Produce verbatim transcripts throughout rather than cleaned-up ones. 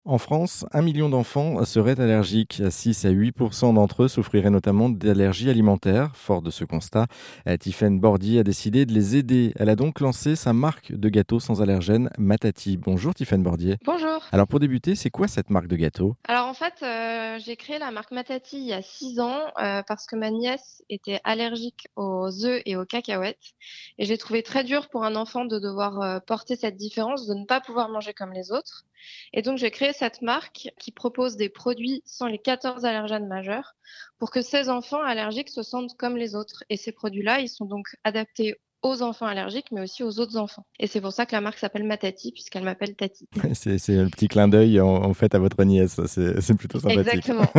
En France, un million d'enfants seraient allergiques. six à huit pour cent d'entre eux souffriraient notamment d'allergies alimentaires. Fort de ce constat, euh, Tiffaine Bordier a décidé de les aider. Elle a donc lancé sa marque de gâteaux sans allergènes, Matati. Bonjour Tiffaine Bordier. Bonjour. Alors pour débuter, c'est quoi cette marque de gâteaux? Alors en fait, heu, j'ai créé la marque Matati il y a six ans, heu, parce que ma nièce était allergique aux œufs et aux cacahuètes et j'ai trouvé très dur pour un enfant de devoir, heu, porter cette différence, de ne pas pouvoir manger comme les autres et donc j'ai créé cette marque qui propose des produits sans les quatorze allergènes majeurs pour que ces enfants allergiques se sentent comme les autres et ces produits-là, ils sont donc adaptés aux enfants allergiques, mais aussi aux autres enfants et c'est pour ça que la marque s'appelle Matati puisqu'elle m'appelle Tati. C'est, c'est un petit clin d'œil en, en fait à votre nièce. C'est, c'est plutôt sympathique. Exactement.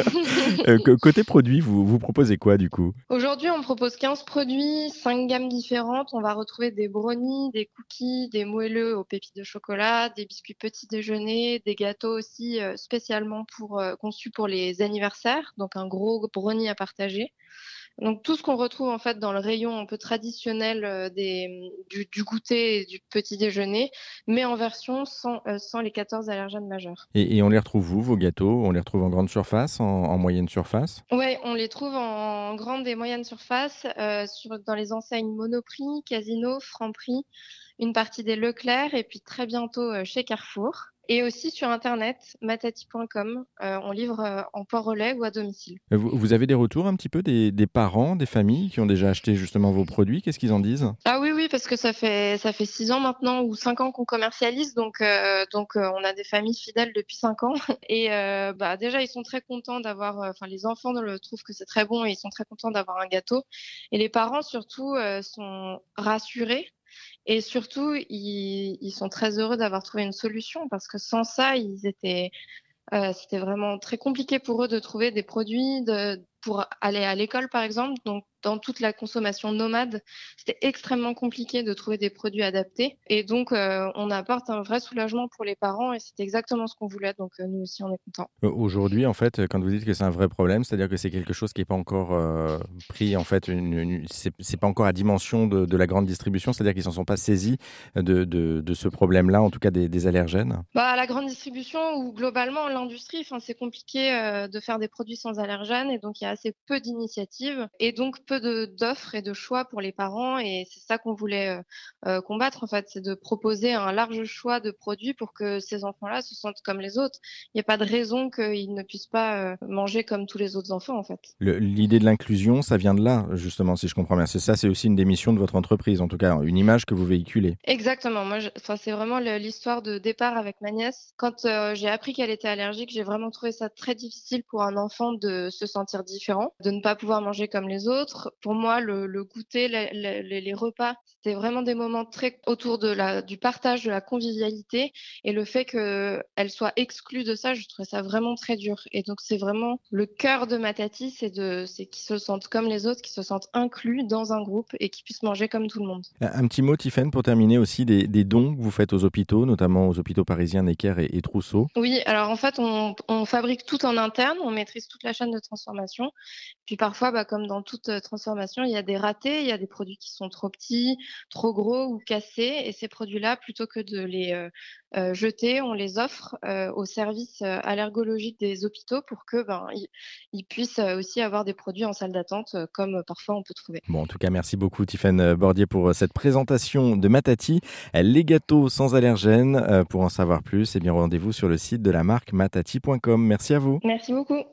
Euh, co- côté produit, vous, vous proposez quoi du coup? Aujourd'hui, on propose quinze produits, cinq gammes différentes. On va retrouver des brownies, des cookies, des moelleux aux pépites de chocolat, des biscuits petit déjeuner, des gâteaux aussi euh, spécialement pour, euh, conçus pour les anniversaires, donc un gros brownie à partager. Donc tout ce qu'on retrouve en fait dans le rayon un peu traditionnel euh, des, du, du goûter et du petit déjeuner, mais en version sans, euh, sans les quatorze allergènes majeurs. Et, et on les retrouve où, vos gâteaux? On les retrouve en grande surface, en, en moyenne surface? Ouais, on les trouve en grande et moyenne surface, heu, sur dans les enseignes Monoprix, Casino, Franprix, une partie des Leclerc et puis très bientôt, heu, chez Carrefour et aussi sur internet matati point com, heu, on livre, heu, en port relais ou à domicile. Euh, Vous, vous avez des retours un petit peu des, des parents, des familles qui ont déjà acheté justement vos produits? Qu'est-ce qu'ils en disent? Ah oui, oui, parce que ça fait ça fait six ans maintenant ou cinq ans qu'on commercialise donc heu donc heu, on a des familles fidèles depuis cinq ans et heu, bah, déjà ils sont très contents d'avoir, heu enfin les enfants le trouvent que c'est très bon et ils sont très contents d'avoir un gâteau et les parents surtout, heu, sont rassurés. Et surtout, ils ils sont très heureux d'avoir trouvé une solution parce que sans ça, ils étaient, heu, c'était vraiment très compliqué pour eux de trouver des produits de pour aller à l'école, par exemple. Donc dans toute la consommation nomade, c'était extrêmement compliqué de trouver des produits adaptés et donc heu, on apporte un vrai soulagement pour les parents et c'est exactement ce qu'on voulait donc heu, nous aussi on est contents. Au Aujourd'hui, en fait, quand vous dites que c'est un vrai problème, c'est-à-dire que c'est quelque chose qui est pas encore, heu, pris en fait une une c'est c'est pas encore à dimension de de la grande distribution, c'est-à-dire qu'ils s'en sont pas saisis de de de ce problème-là, en tout cas des des allergènes? Bah, la grande distribution ou globalement l'industrie, enfin, c'est compliqué, heu, de faire des produits sans allergènes et donc il y a assez peu d'initiatives et donc peu de d'offres et de choix pour les parents et c'est ça qu'on voulait, heu heu, combattre en fait. C'est de proposer un large choix de produits pour que ces enfants-là se sentent comme les autres. Il y a pas de raison qu'ils ne puissent pas, heu, manger comme tous les autres enfants en fait. Le L'idée de l'inclusion, ça vient de là, justement, si je comprends bien. C'est ça, c'est aussi une des missions de votre entreprise, en tout cas, une image que vous véhiculez? Exactement. Moi, je enfin, c'est vraiment le l'histoire de départ avec ma nièce. Quand, heu, j'ai appris qu'elle était allergique, j'ai vraiment trouvé ça très difficile pour un enfant de se sentir différent, de ne pas pouvoir manger comme les autres. Pour moi, le le goûter, les les les les repas, c'était vraiment des moments très autour de la du partage, de la convivialité et le fait qu'elle soit exclue de ça, je trouvais ça vraiment très dur et donc c'est vraiment le cœur de Matati, c'est de c'est qu'ils se sentent comme les autres, qu'ils se sentent inclus dans un groupe et qu'ils puissent manger comme tout le monde. Un un petit mot, Tiffaine, pour terminer aussi, des des dons que vous faites aux hôpitaux, notamment aux hôpitaux parisiens Necker et et Trousseau. Oui, alors en fait, on on fabrique tout en interne, on maîtrise toute la chaîne de transformation. Puis parfois, bah, comme dans toute, heu, transformation, il y a des ratés, il y a des produits qui sont trop petits, trop gros ou cassés et ces produits-là, plutôt que de les, heu heu, jeter, on les offre, heu, au service, heu, allergologique des hôpitaux pour que, ben, ils ils puissent, heu, aussi avoir des produits en salle d'attente, heu, comme, heu, parfois on peut trouver. Bon, en tout cas, merci beaucoup, Tiffaine Bordier, pour euh, cette présentation de Matati, euh, les gâteaux sans allergènes. Euh, Pour en savoir plus, eh bien, rendez-vous sur le site de la marque matati point com. Merci à vous. Merci beaucoup.